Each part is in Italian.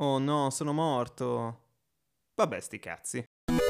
Oh no, sono morto. Vabbè, sti cazzi.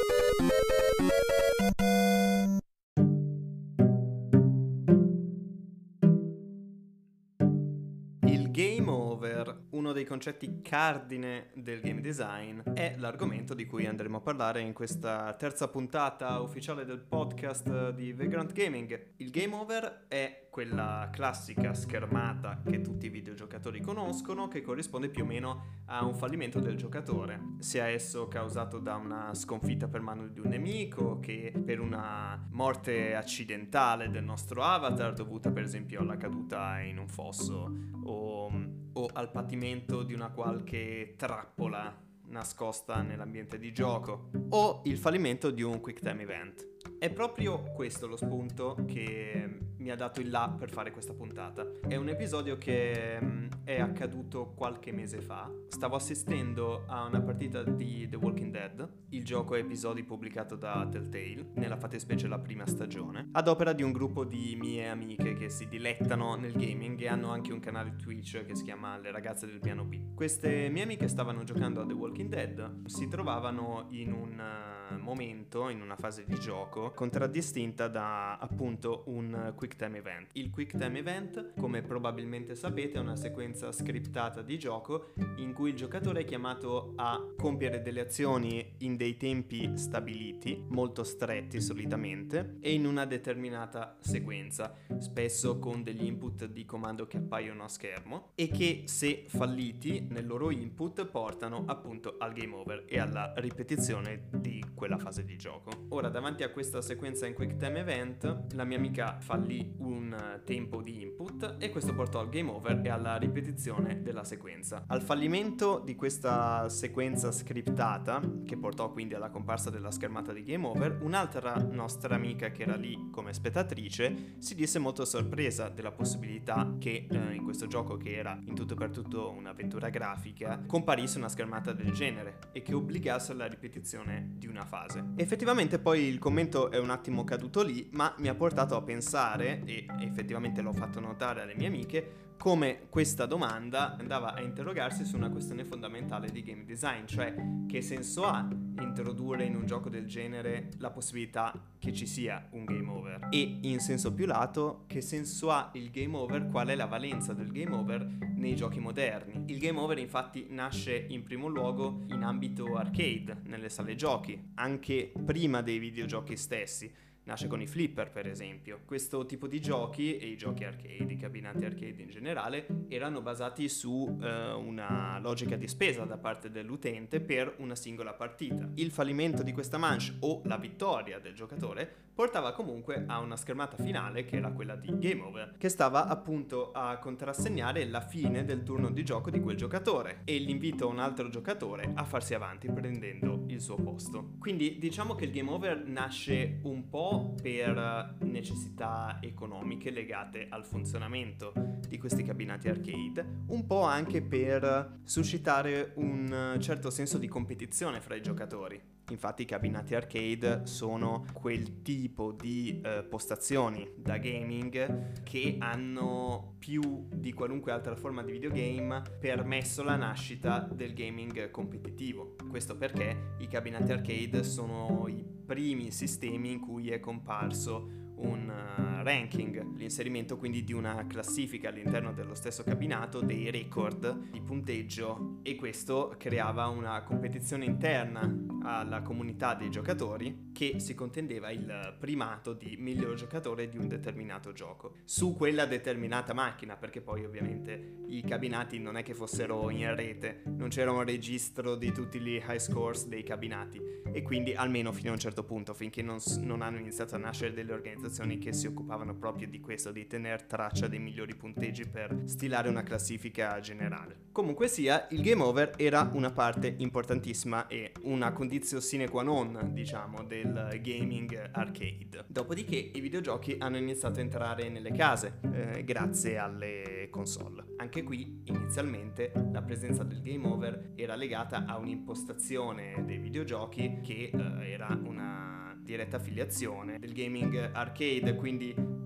Il game over, uno dei concetti cardine del game design, è l'argomento di cui andremo a parlare in questa terza puntata ufficiale del podcast di Vagrant Gaming. Il game over è quella classica schermata che tutti i videogiocatori conoscono, che corrisponde più o meno a un fallimento del giocatore, sia esso causato da una sconfitta per mano di un nemico, che per una morte accidentale del nostro avatar dovuta per esempio alla caduta in un fosso o al patimento di una qualche trappola nascosta nell'ambiente di gioco, o il fallimento di un quick time event. È proprio questo lo spunto che mi ha dato il là per fare questa puntata. È un episodio che è accaduto qualche mese fa. Stavo assistendo a una partita di The Walking Dead, il gioco a episodi pubblicato da Telltale, nella fattispecie la prima stagione, ad opera di un gruppo di mie amiche che si dilettano nel gaming e hanno anche un canale Twitch che si chiama Le Ragazze del Piano B. Queste mie amiche stavano giocando a The Walking Dead, si trovavano in un momento, in una fase di gioco contraddistinta da appunto un quick time event. Il quick time event, come probabilmente sapete, è una sequenza scriptata di gioco in cui il giocatore è chiamato a compiere delle azioni in dei tempi stabiliti, molto stretti solitamente, e in una determinata sequenza, spesso con degli input di comando che appaiono a schermo e che, se falliti nel loro input, portano appunto al game over e alla ripetizione di quella fase di gioco. Ora, davanti a questa sequenza in quick time event, la mia amica fallì un tempo di input e questo portò al game over e alla ripetizione della sequenza. Al fallimento di questa sequenza scriptata, che portò quindi alla comparsa della schermata di game over, un'altra nostra amica che era lì come spettatrice si disse molto sorpresa della possibilità che in questo gioco, che era in tutto e per tutto un'avventura grafica, comparisse una schermata del genere e che obbligasse alla ripetizione di una fase. Effettivamente poi il commento è un attimo caduto lì, ma mi ha portato a pensare, e effettivamente l'ho fatto notare alle mie amiche, come questa domanda andava a interrogarsi su una questione fondamentale di game design, cioè che senso ha introdurre in un gioco del genere la possibilità che ci sia un game over, e in senso più lato che senso ha il game over, qual è la valenza del game over nei giochi moderni. Il game over infatti nasce in primo luogo in ambito arcade, nelle sale giochi, anche prima dei videogiochi stessi. Nasce con i flipper, per esempio. Questo tipo di giochi, e i giochi arcade, i cabinati arcade in generale, erano basati su una logica di spesa da parte dell'utente per una singola partita. Il fallimento di questa manche o la vittoria del giocatore portava comunque a una schermata finale, che era quella di game over, che stava appunto a contrassegnare la fine del turno di gioco di quel giocatore e l'invito a un altro giocatore a farsi avanti prendendo il suo posto. Quindi diciamo che il game over nasce un po' per necessità economiche legate al funzionamento di questi cabinati arcade, un po' anche per suscitare un certo senso di competizione fra i giocatori. Infatti i cabinati arcade sono quel tipo di postazioni da gaming che hanno più di qualunque altra forma di videogame permesso la nascita del gaming competitivo. Questo perché i cabinati arcade sono i primi sistemi in cui è comparso un ranking, l'inserimento quindi di una classifica all'interno dello stesso cabinato, dei record di punteggio, e questo creava una competizione interna alla comunità dei giocatori che si contendeva il primato di miglior giocatore di un determinato gioco su quella determinata macchina, perché poi ovviamente i cabinati non è che fossero in rete, non c'era un registro di tutti gli high scores dei cabinati, e quindi almeno fino a un certo punto, finché non hanno iniziato a nascere delle organizzazioni che si occupavano proprio di questo, di tener traccia dei migliori punteggi per stilare una classifica generale. Comunque sia, il game over era una parte importantissima e una condizione sine qua non, diciamo, del gaming arcade. Dopodiché i videogiochi hanno iniziato a entrare nelle case grazie alle console. Anche qui inizialmente la presenza del game over era legata a un'impostazione dei videogiochi che era una diretta affiliazione del gaming arcade, quindi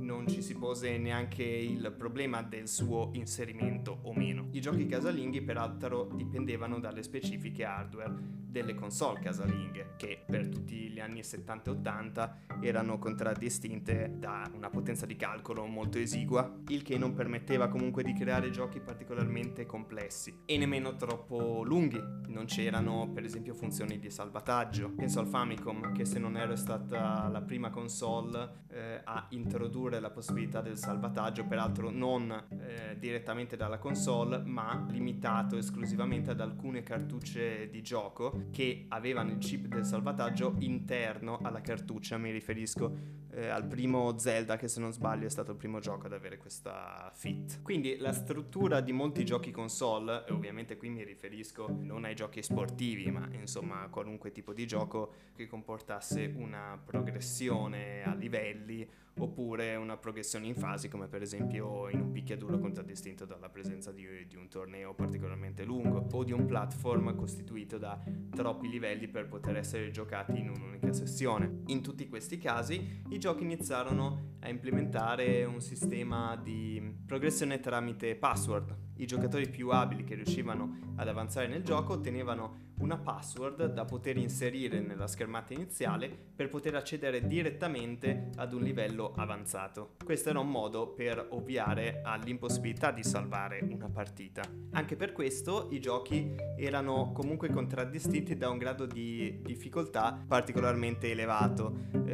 non ci si pose neanche il problema del suo inserimento o meno. I giochi casalinghi peraltro dipendevano dalle specifiche hardware delle console casalinghe, che per tutti gli anni 70 e 80 erano contraddistinte da una potenza di calcolo molto esigua, il che non permetteva comunque di creare giochi particolarmente complessi e nemmeno troppo lunghi. Non c'erano per esempio funzioni di salvataggio. Penso al Famicom, che se non ero stata la prima console a introdurre la possibilità del salvataggio, peraltro non direttamente dalla console, ma limitato esclusivamente ad alcune cartucce di gioco che avevano il chip del salvataggio interno alla cartuccia. Mi riferisco al primo Zelda, che se non sbaglio è stato il primo gioco ad avere questa FIT. Quindi la struttura di molti giochi console, e ovviamente qui mi riferisco non ai giochi sportivi, ma insomma a qualunque tipo di gioco che comportasse una progressione a livelli oppure una progressione in fasi, come per esempio in un picchiaduro contraddistinto dalla presenza di un torneo particolarmente lungo o di un platform costituito da troppi livelli per poter essere giocati in un'unica sessione. In tutti questi casi i giochi iniziarono a implementare un sistema di progressione tramite password. I giocatori più abili che riuscivano ad avanzare nel gioco ottenevano una password da poter inserire nella schermata iniziale per poter accedere direttamente ad un livello avanzato. Questo era un modo per ovviare all'impossibilità di salvare una partita. Anche per questo i giochi erano comunque contraddistinti da un grado di difficoltà particolarmente elevato,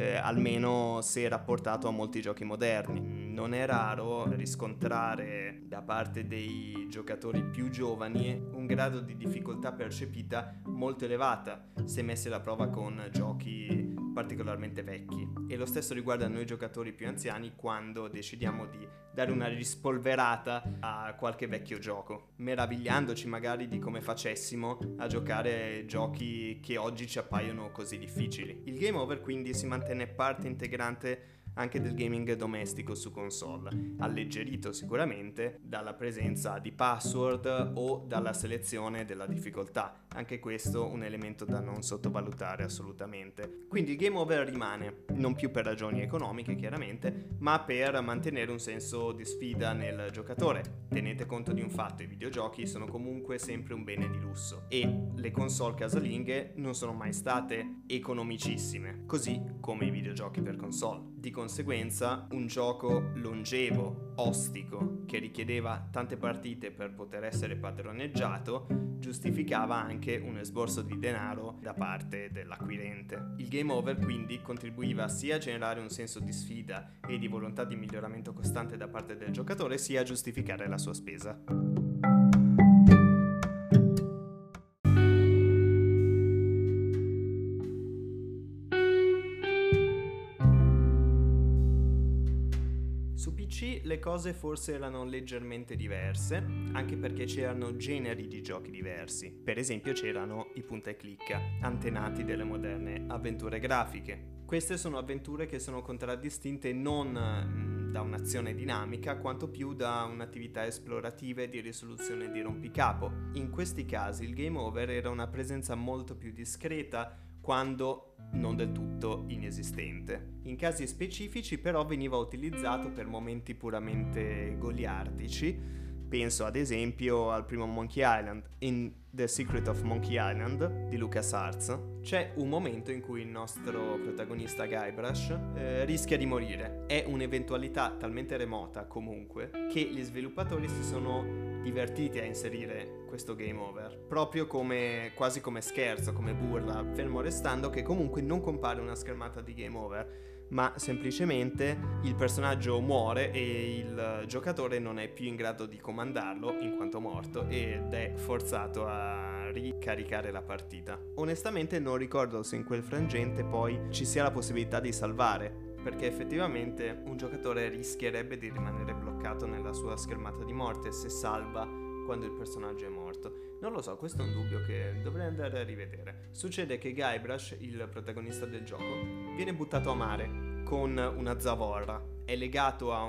almeno se rapportato a molti giochi moderni. Non è raro riscontrare da parte dei giocatori più giovani un grado di difficoltà percepita molto elevata se messi alla prova con giochi particolarmente vecchi, e lo stesso riguarda noi giocatori più anziani quando decidiamo di dare una rispolverata a qualche vecchio gioco, meravigliandoci magari di come facessimo a giocare giochi che oggi ci appaiono così difficili. Il game over quindi si mantenne parte integrante anche del gaming domestico su console, alleggerito sicuramente dalla presenza di password o dalla selezione della difficoltà. Anche questo un elemento da non sottovalutare assolutamente. Quindi il game over rimane, non più per ragioni economiche chiaramente, ma per mantenere un senso di sfida nel giocatore. Tenete conto di un fatto: i videogiochi sono comunque sempre un bene di lusso e le console casalinghe non sono mai state economicissime, così come i videogiochi per console. Di conseguenza, un gioco longevo, ostico, che richiedeva tante partite per poter essere padroneggiato, giustificava anche un esborso di denaro da parte dell'acquirente. Il game over quindi contribuiva sia a generare un senso di sfida e di volontà di miglioramento costante da parte del giocatore, sia a giustificare la sua spesa. Le cose forse erano leggermente diverse, anche perché c'erano generi di giochi diversi. Per esempio c'erano i punta e clicca, antenati delle moderne avventure grafiche. Queste sono avventure che sono contraddistinte non da un'azione dinamica, quanto più da un'attività esplorativa e di risoluzione di rompicapo. In questi casi il game over era una presenza molto più discreta, quando non del tutto inesistente. In casi specifici però veniva utilizzato per momenti puramente goliardici. Penso ad esempio al primo Monkey Island. In The Secret of Monkey Island di LucasArts c'è un momento in cui il nostro protagonista Guybrush rischia di morire. È un'eventualità talmente remota comunque che gli sviluppatori si sono divertiti a inserire questo game over, proprio come quasi come scherzo, come burla, fermo restando che comunque non compare una schermata di game over, ma semplicemente il personaggio muore e il giocatore non è più in grado di comandarlo in quanto morto ed è forzato a ricaricare la partita. Onestamente non ricordo se in quel frangente poi ci sia la possibilità di salvare, perché effettivamente un giocatore rischierebbe di rimanere bloccato nella sua schermata di morte se salva quando il personaggio è morto. Non lo so, questo è un dubbio che dovrei andare a rivedere. Succede che Guybrush, il protagonista del gioco, viene buttato a mare con una zavorra. È legato a un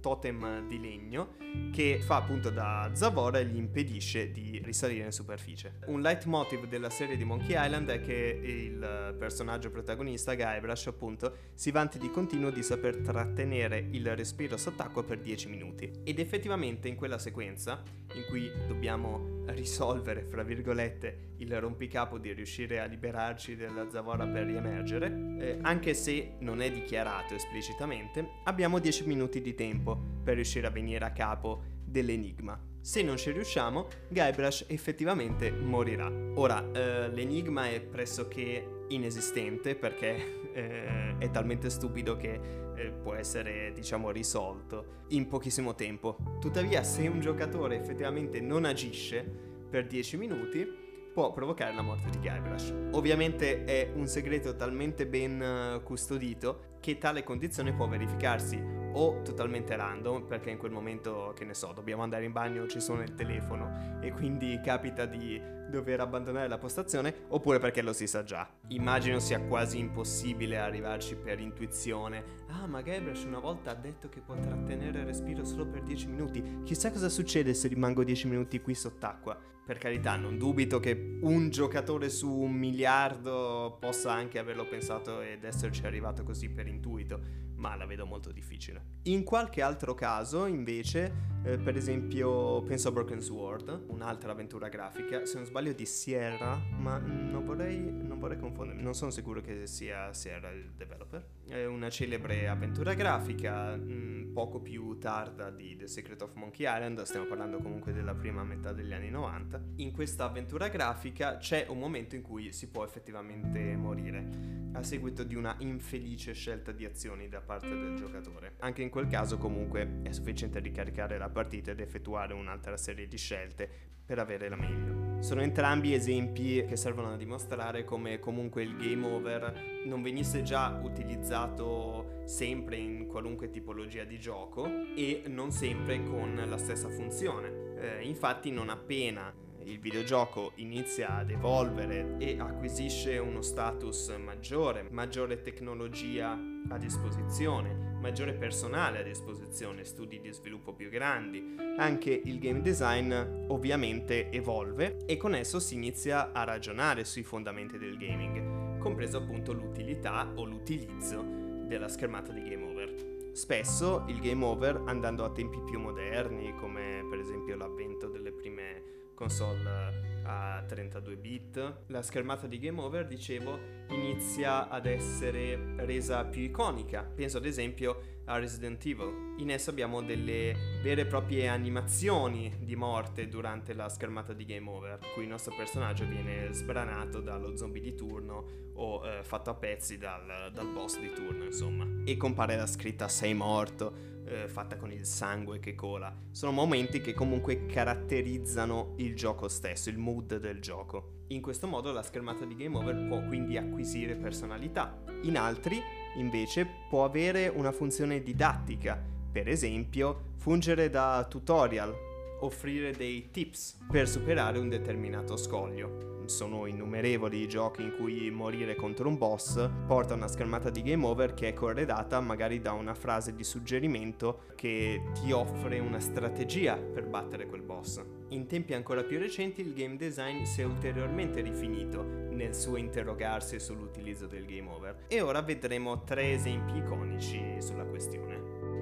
totem di legno che fa appunto da zavorra e gli impedisce di risalire in superficie. Un leitmotiv della serie di Monkey Island è che il personaggio protagonista, Guybrush, appunto, si vanti di continuo di saper trattenere il respiro sott'acqua per 10 minuti. Ed effettivamente in quella sequenza, in cui dobbiamo risolvere, fra virgolette, il rompicapo di riuscire a liberarci della zavorra per riemergere, anche se non è dichiarato esplicitamente, abbiamo 10 minuti di tempo per riuscire a venire a capo dell'enigma. Se non ci riusciamo, Guybrush effettivamente morirà. Ora, l'enigma è pressoché inesistente perché è talmente stupido che può essere, diciamo, risolto in pochissimo tempo. Tuttavia, se un giocatore effettivamente non agisce per 10 minuti, può provocare la morte di Guybrush. Ovviamente è un segreto talmente ben custodito che tale condizione può verificarsi o totalmente random, perché in quel momento, che ne so, dobbiamo andare in bagno, ci suona il telefono e quindi capita di dover abbandonare la postazione, oppure perché lo si sa già. Immagino sia quasi impossibile arrivarci per intuizione. Ah, ma Guybrush una volta ha detto che può trattenere il respiro solo per 10 minuti. Chissà cosa succede se rimango 10 minuti qui sott'acqua. Per carità, non dubito che un giocatore su 1 miliardo possa anche averlo pensato ed esserci arrivato così per intuito, ma la vedo molto difficile. In qualche altro caso, invece, per esempio, penso a Broken Sword, un'altra avventura grafica, se non sbaglio di Sierra, ma non vorrei confondermi, non sono sicuro che sia Sierra il developer. È una celebre avventura grafica, poco più tarda di The Secret of Monkey Island, stiamo parlando comunque della prima metà degli anni 90. In questa avventura grafica c'è un momento in cui si può effettivamente morire a seguito di una infelice scelta di azioni da parte del giocatore. Anche in quel caso comunque è sufficiente ricaricare la partita ed effettuare un'altra serie di scelte per avere la meglio. Sono entrambi esempi che servono a dimostrare come comunque il game over non venisse già utilizzato sempre in qualunque tipologia di gioco e non sempre con la stessa funzione. Infatti non appena il videogioco inizia ad evolvere e acquisisce uno status maggiore tecnologia a disposizione, maggiore personale a disposizione, studi di sviluppo più grandi, anche il game design ovviamente evolve e con esso si inizia a ragionare sui fondamenti del gaming, compreso appunto l'utilità o l'utilizzo della schermata di game over. Spesso il game over, andando a tempi più moderni, come per esempio l'avvento delle prime console a 32 bit, la schermata di game over, dicevo, inizia ad essere resa più iconica. Penso ad esempio a Resident Evil. In esso abbiamo delle vere e proprie animazioni di morte durante la schermata di game over, in cui il nostro personaggio viene sbranato dallo zombie di turno o fatto a pezzi dal boss di turno, insomma. E compare la scritta "sei morto", fatta con il sangue che cola. Sono momenti che comunque caratterizzano il gioco stesso, il mood del gioco. In questo modo la schermata di game over può quindi acquisire personalità. In altri, invece, può avere una funzione didattica, per esempio fungere da tutorial, offrire dei tips per superare un determinato scoglio. Sono innumerevoli i giochi in cui morire contro un boss porta a una schermata di game over che è corredata magari da una frase di suggerimento che ti offre una strategia per battere quel boss. In tempi ancora più recenti il game design si è ulteriormente rifinito nel suo interrogarsi sull'utilizzo del game over e ora vedremo 3 esempi iconici sulla questione.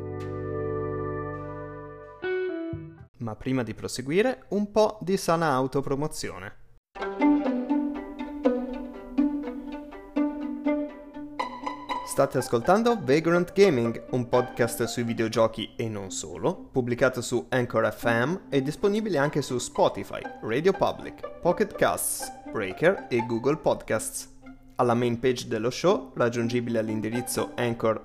Ma prima di proseguire, un po' di sana autopromozione. State ascoltando Vagrant Gaming, un podcast sui videogiochi e non solo, pubblicato su Anchor FM e disponibile anche su Spotify, Radio Public, Pocket Casts, Breaker e Google Podcasts. Alla main page dello show, raggiungibile all'indirizzo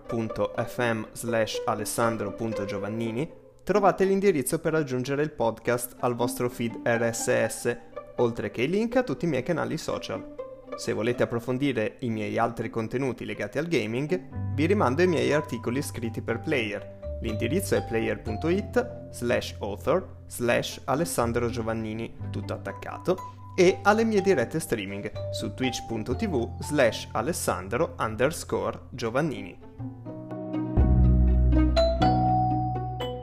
anchor.fm/alessandro.giovannini, trovate l'indirizzo per aggiungere il podcast al vostro feed RSS, oltre che i link a tutti i miei canali social. Se volete approfondire i miei altri contenuti legati al gaming, vi rimando ai miei articoli scritti per Player. L'indirizzo è player.it/author/Alessandro Giovannini, tutto attaccato, e alle mie dirette streaming su twitch.tv/Alessandro_Giovannini.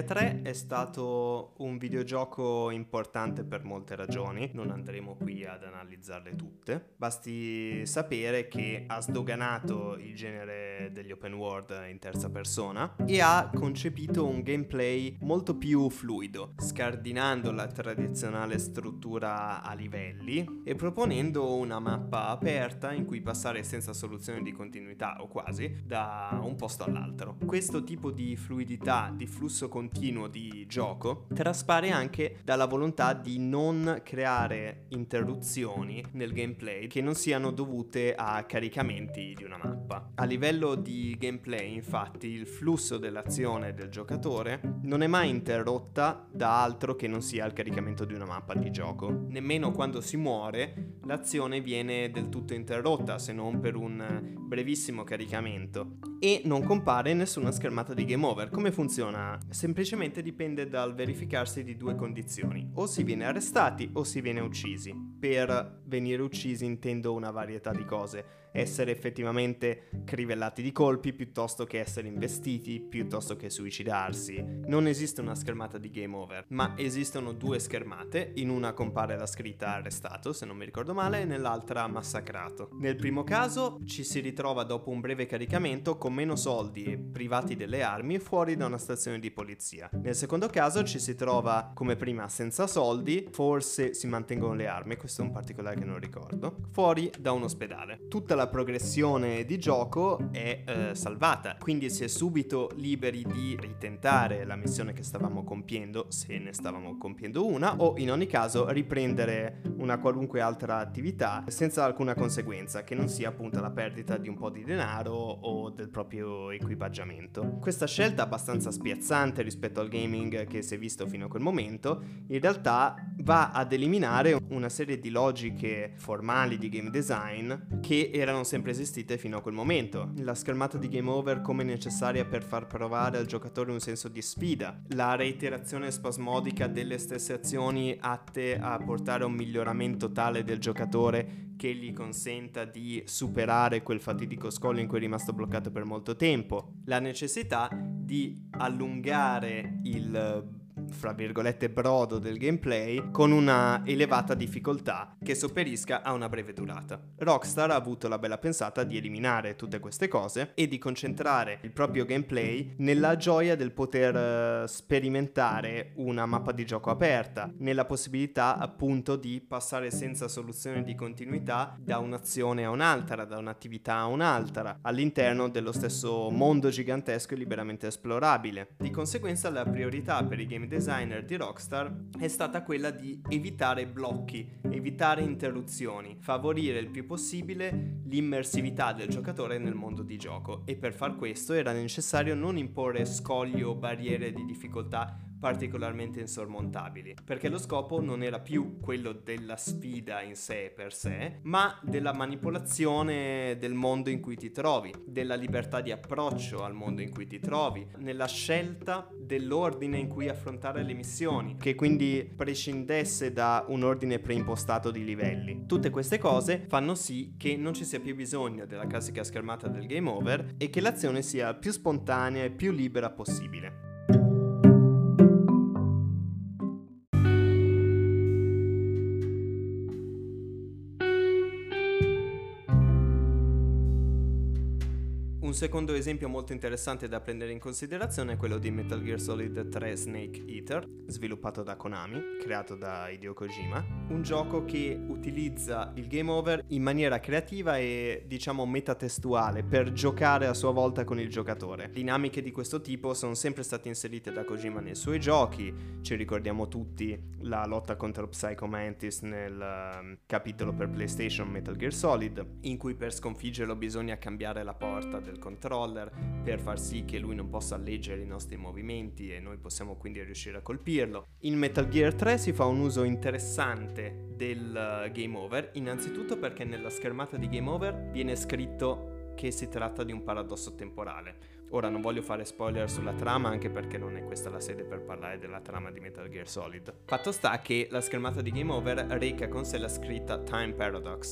Gear 3 è stato un videogioco importante per molte ragioni, non andremo qui ad analizzarle tutte. Basti sapere che ha sdoganato il genere degli open world in terza persona e ha concepito un gameplay molto più fluido, scardinando la tradizionale struttura a livelli e proponendo una mappa aperta in cui passare senza soluzione di continuità o quasi da un posto all'altro. Questo tipo di fluidità, di flusso continuo di gioco traspare anche dalla volontà di non creare interruzioni nel gameplay che non siano dovute a caricamenti di una mappa. A livello di gameplay, infatti, il flusso dell'azione del giocatore non è mai interrotta da altro che non sia il caricamento di una mappa di gioco. Nemmeno quando si muore l'azione viene del tutto interrotta, se non per un brevissimo caricamento, e non compare nessuna schermata di game over. Come funziona? Semplicemente dipende dal verificarsi di due condizioni: o si viene arrestati o si viene uccisi. Per venire uccisi intendo una varietà di cose: essere effettivamente crivellati di colpi piuttosto che essere investiti, piuttosto che suicidarsi. Non esiste una schermata di game over, ma esistono due schermate. In una compare la scritta arrestato, se non mi ricordo male, e nell'altra massacrato. Nel primo caso ci si ritrova dopo un breve caricamento con meno soldi e privati delle armi fuori da una stazione di polizia. Nel secondo caso ci si trova come prima senza soldi, forse si mantengono le armi, questo è un particolare che non ricordo, fuori da un ospedale. Tutta la progressione di gioco è salvata, quindi si è subito liberi di ritentare la missione che stavamo compiendo, se ne stavamo compiendo una, o in ogni caso riprendere una qualunque altra attività senza alcuna conseguenza, che non sia appunto la perdita di un po' di denaro o del proprio equipaggiamento. Questa scelta abbastanza spiazzante rispetto al gaming che si è visto fino a quel momento, in realtà va ad eliminare una serie di logiche formali di game design che erano sempre esistite fino a quel momento. La schermata di game over come necessaria per far provare al giocatore un senso di sfida, la reiterazione spasmodica delle stesse azioni atte a portare a un miglioramento tale del giocatore che gli consenta di superare quel fatidico scoglio in cui è rimasto bloccato per molto tempo, la necessità di allungare il fra virgolette brodo del gameplay con una elevata difficoltà che sopperisca a una breve durata. Rockstar ha avuto la bella pensata di eliminare tutte queste cose e di concentrare il proprio gameplay nella gioia del poter sperimentare una mappa di gioco aperta, nella possibilità appunto di passare senza soluzione di continuità da un'azione a un'altra, da un'attività a un'altra, all'interno dello stesso mondo gigantesco e liberamente esplorabile. Di conseguenza la priorità per i game designer di Rockstar è stata quella di evitare blocchi, evitare interruzioni, favorire il più possibile l'immersività del giocatore nel mondo di gioco, e per far questo era necessario non imporre scogli o barriere di difficoltà particolarmente insormontabili, perché lo scopo non era più quello della sfida in sé per sé, ma della manipolazione del mondo in cui ti trovi, della libertà di approccio al mondo in cui ti trovi, nella scelta dell'ordine in cui affrontare le missioni, che quindi prescindesse da un ordine preimpostato di livelli. Tutte queste cose fanno sì che non ci sia più bisogno della classica schermata del game over e che l'azione sia più spontanea e più libera possibile. Un secondo esempio molto interessante da prendere in considerazione è quello di Metal Gear Solid 3 Snake Eater, sviluppato da Konami, creato da Hideo Kojima, un gioco che utilizza il game over in maniera creativa e diciamo metatestuale per giocare a sua volta con il giocatore. Dinamiche di questo tipo sono sempre state inserite da Kojima nei suoi giochi, ci ricordiamo tutti la lotta contro Psycho Mantis nel capitolo per PlayStation Metal Gear Solid, in cui per sconfiggerlo bisogna cambiare la porta del controller per far sì che lui non possa leggere i nostri movimenti e noi possiamo quindi riuscire a colpirlo. In Metal Gear 3 si fa un uso interessante del game over, innanzitutto perché nella schermata di game over viene scritto che si tratta di un paradosso temporale. Ora non voglio fare spoiler sulla trama, anche perché non è questa la sede per parlare della trama di Metal Gear Solid. Fatto sta che la schermata di game over reca con sé la scritta Time Paradox,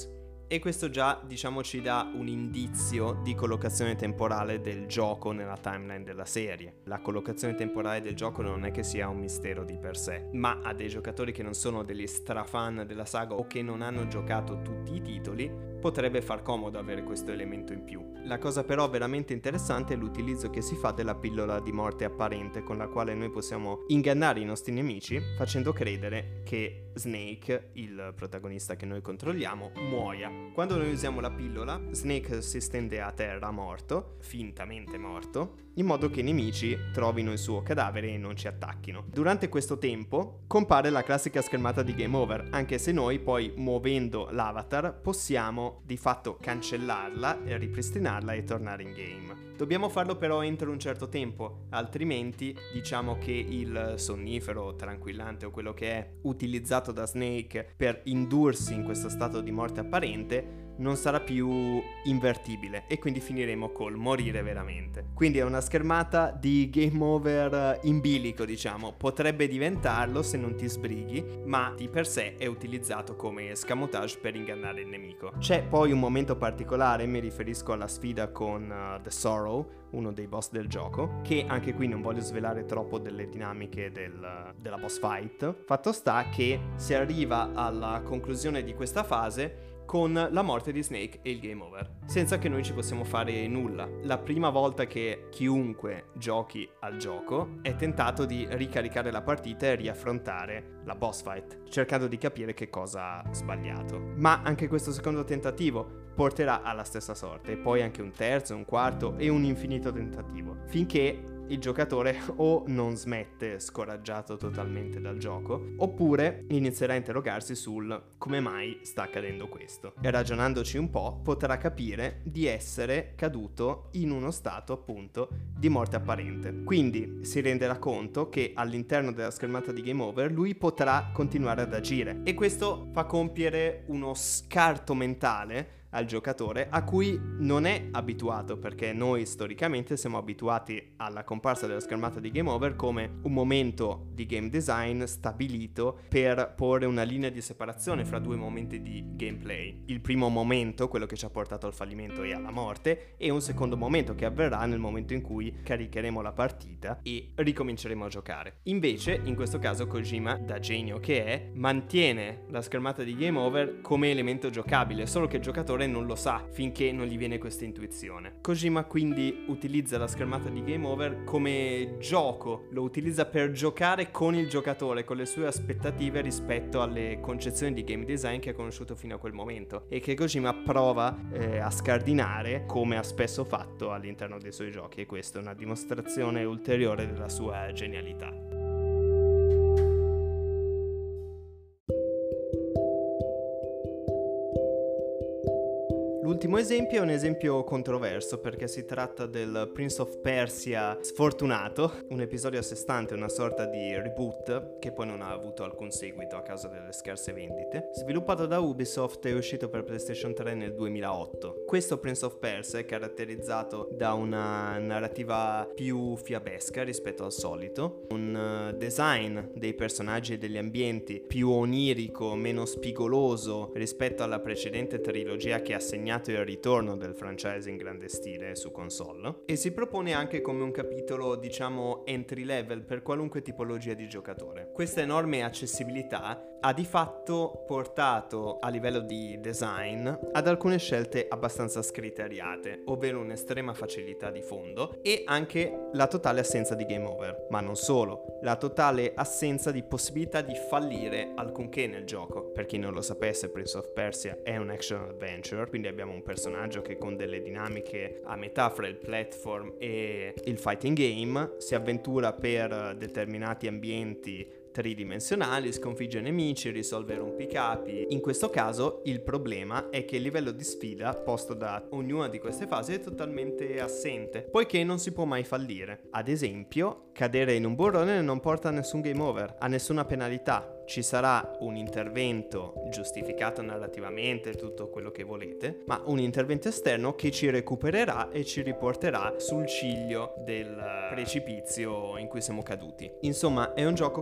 E questo già, diciamo, ci dà un indizio di collocazione temporale del gioco nella timeline della serie. La collocazione temporale del gioco non è che sia un mistero di per sé, ma a dei giocatori che non sono degli strafan della saga o che non hanno giocato tutti i titoli potrebbe far comodo avere questo elemento in più. La cosa però veramente interessante è l'utilizzo che si fa della pillola di morte apparente, con la quale noi possiamo ingannare i nostri nemici facendo credere che Snake, il protagonista che noi controlliamo, muoia. Quando noi usiamo la pillola, Snake si stende a terra morto, fintamente morto, in modo che i nemici trovino il suo cadavere e non ci attacchino. Durante questo tempo compare la classica schermata di game over, anche se noi poi muovendo l'avatar possiamo di fatto cancellarla e ripristinarla e tornare in game. Dobbiamo farlo però entro un certo tempo, altrimenti diciamo che il sonnifero, tranquillante o quello che è utilizzato da Snake per indursi in questo stato di morte apparente non sarà più invertibile e quindi finiremo col morire veramente. Quindi è una schermata di game over in bilico, diciamo. Potrebbe diventarlo se non ti sbrighi, ma di per sé è utilizzato come escamotage per ingannare il nemico. C'è poi un momento particolare, mi riferisco alla sfida con The Sorrow, uno dei boss del gioco, che anche qui non voglio svelare troppo delle dinamiche della boss fight. Fatto sta che si arriva alla conclusione di questa fase con la morte di Snake e il game over, senza che noi ci possiamo fare nulla. La prima volta che chiunque giochi al gioco è tentato di ricaricare la partita e riaffrontare la boss fight, cercando di capire che cosa ha sbagliato. Ma anche questo secondo tentativo porterà alla stessa sorte, e poi anche un terzo, un quarto e un infinito tentativo, finché il giocatore o non smette scoraggiato totalmente dal gioco, oppure inizierà a interrogarsi sul come mai sta accadendo questo. E ragionandoci un po' potrà capire di essere caduto in uno stato appunto di morte apparente. Quindi si renderà conto che all'interno della schermata di game over lui potrà continuare ad agire, e questo fa compiere uno scarto mentale al giocatore a cui non è abituato, perché noi storicamente siamo abituati alla comparsa della schermata di game over come un momento di game design stabilito per porre una linea di separazione fra due momenti di gameplay. Il primo momento, quello che ci ha portato al fallimento e alla morte, e un secondo momento che avverrà nel momento in cui caricheremo la partita e ricominceremo a giocare. Invece in questo caso Kojima, da genio che è, mantiene la schermata di game over come elemento giocabile, solo che il giocatore non lo sa finché non gli viene questa intuizione. Kojima quindi utilizza la schermata di game over come gioco, lo utilizza per giocare con il giocatore, con le sue aspettative rispetto alle concezioni di game design che ha conosciuto fino a quel momento e che Kojima prova a scardinare, come ha spesso fatto all'interno dei suoi giochi, e questa è una dimostrazione ulteriore della sua genialità. L'ultimo esempio è un esempio controverso, perché si tratta del Prince of Persia sfortunato, un episodio a sé stante, una sorta di reboot che poi non ha avuto alcun seguito a causa delle scarse vendite. Sviluppato da Ubisoft, è uscito per PlayStation 3 nel 2008. Questo Prince of Persia è caratterizzato da una narrativa più fiabesca rispetto al solito, un design dei personaggi e degli ambienti più onirico, meno spigoloso rispetto alla precedente trilogia che ha segnato il ritorno del franchise in grande stile su console, e si propone anche come un capitolo, diciamo, entry level per qualunque tipologia di giocatore. Questa enorme accessibilità ha di fatto portato a livello di design ad alcune scelte abbastanza scriteriate, ovvero un'estrema facilità di fondo e anche la totale assenza di game over, ma non solo, la totale assenza di possibilità di fallire alcunché nel gioco. Per chi non lo sapesse, Prince of Persia è un action adventure, quindi abbiamo un personaggio che con delle dinamiche a metà fra il platform e il fighting game si avventura per determinati ambienti tridimensionali, sconfigge nemici, risolve rompicapi. In questo caso il problema è che il livello di sfida posto da ognuna di queste fasi è totalmente assente, poiché non si può mai fallire. Ad esempio, cadere in un burrone non porta a nessun game over, a nessuna penalità. Ci sarà un intervento giustificato narrativamente, tutto quello che volete, ma un intervento esterno che ci recupererà e ci riporterà sul ciglio del precipizio in cui siamo caduti. Insomma, è un gioco che tenta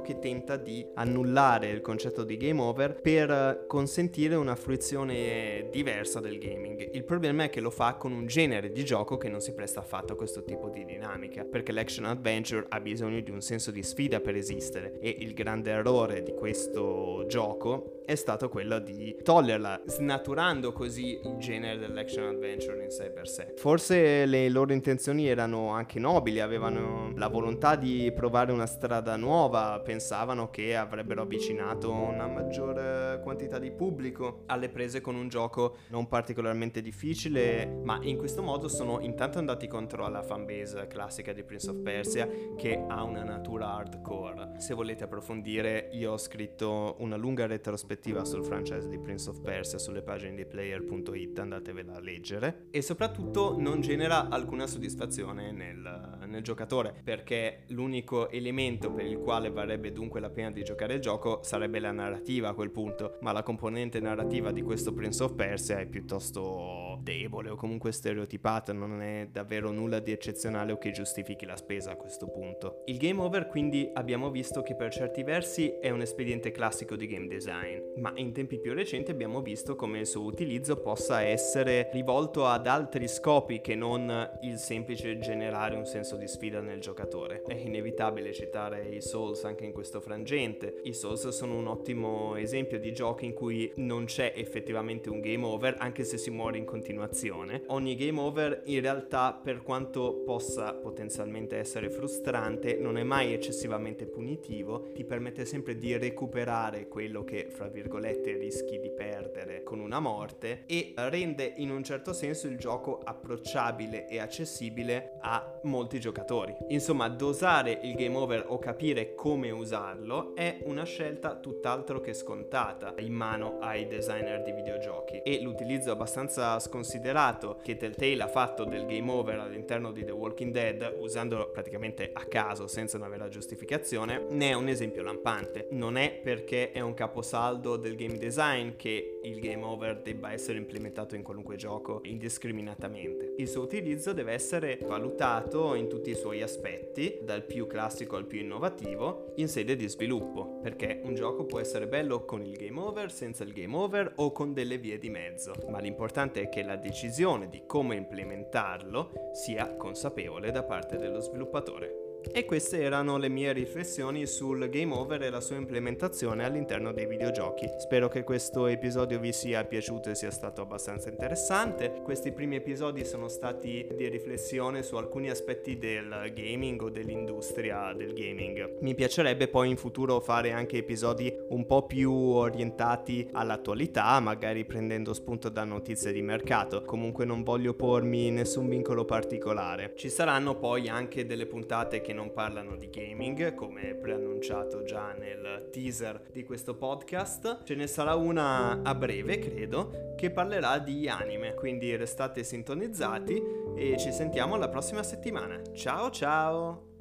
finta di annullare il concetto di game over per consentire una fruizione diversa del gaming. Il problema è che lo fa con un genere di gioco che non si presta affatto a questo tipo di dinamica, perché l'action adventure ha bisogno di un senso di sfida per esistere, e il grande errore di questo gioco è stato quello di toglierla, snaturando così il genere dell'action adventure in sé per sé. Forse le loro intenzioni erano anche nobili, avevano la volontà di provare una strada nuova, pensavano che avrebbero avvicinato una maggiore quantità di pubblico alle prese con un gioco non particolarmente difficile, ma in questo modo sono intanto andati contro alla fanbase classica di Prince of Persia, che ha una natura hardcore. Se volete approfondire, io ho scritto una lunga retrospettiva sul franchise di Prince of Persia sulle pagine di player.it, andatevela a leggere. E soprattutto non genera alcuna soddisfazione nel giocatore, perché l'unico elemento per il quale varrebbe dunque la pena di giocare il gioco sarebbe la narrativa a quel punto, ma la componente narrativa di questo Prince of Persia è piuttosto debole o comunque stereotipata, non è davvero nulla di eccezionale o che giustifichi la spesa a questo punto. Il game over quindi abbiamo visto che per certi versi è un espediente classico di game design, ma in tempi più recenti abbiamo visto come il suo utilizzo possa essere rivolto ad altri scopi che non il semplice generare un senso di sfida nel giocatore. È inevitabile citare i Souls anche in questo frangente. I Souls sono un ottimo esempio di giochi in cui non c'è effettivamente un game over, anche se si muore in continuazione. Ogni game over in realtà, per quanto possa potenzialmente essere frustrante, non è mai eccessivamente punitivo, ti permette sempre di recuperare quello che fra virgolette rischi di perdere con una morte, e rende in un certo senso il gioco approcciabile e accessibile a molti giocatori. Insomma, dosare il game over o capire come usarlo è una scelta tutt'altro che scontata in mano ai designer di videogiochi, e l'utilizzo abbastanza sconsiderato che Telltale ha fatto del game over all'interno di The Walking Dead, usandolo praticamente a caso senza una vera giustificazione, ne è un esempio lampante. Non è perché è un caposaldo del game design che il game over debba essere implementato in qualunque gioco indiscriminatamente. Il suo utilizzo deve essere valutato in tutti i suoi aspetti, dal più classico al più innovativo, in sede di sviluppo, perché un gioco può essere bello con il game over, senza il game over o con delle vie di mezzo, ma l'importante è che la decisione di come implementarlo sia consapevole da parte dello sviluppatore. E queste erano le mie riflessioni sul game over e la sua implementazione all'interno dei videogiochi. Spero che questo episodio vi sia piaciuto e sia stato abbastanza interessante. Questi primi episodi sono stati di riflessione su alcuni aspetti del gaming o dell'industria del gaming. Mi piacerebbe poi in futuro fare anche episodi un po' più orientati all'attualità, magari prendendo spunto da notizie di mercato. Comunque non voglio pormi nessun vincolo particolare. Ci saranno poi anche delle puntate che non parlano di gaming, come preannunciato già nel teaser di questo podcast. Ce ne sarà una a breve, credo, che parlerà di anime, quindi restate sintonizzati e ci sentiamo la prossima settimana. Ciao ciao!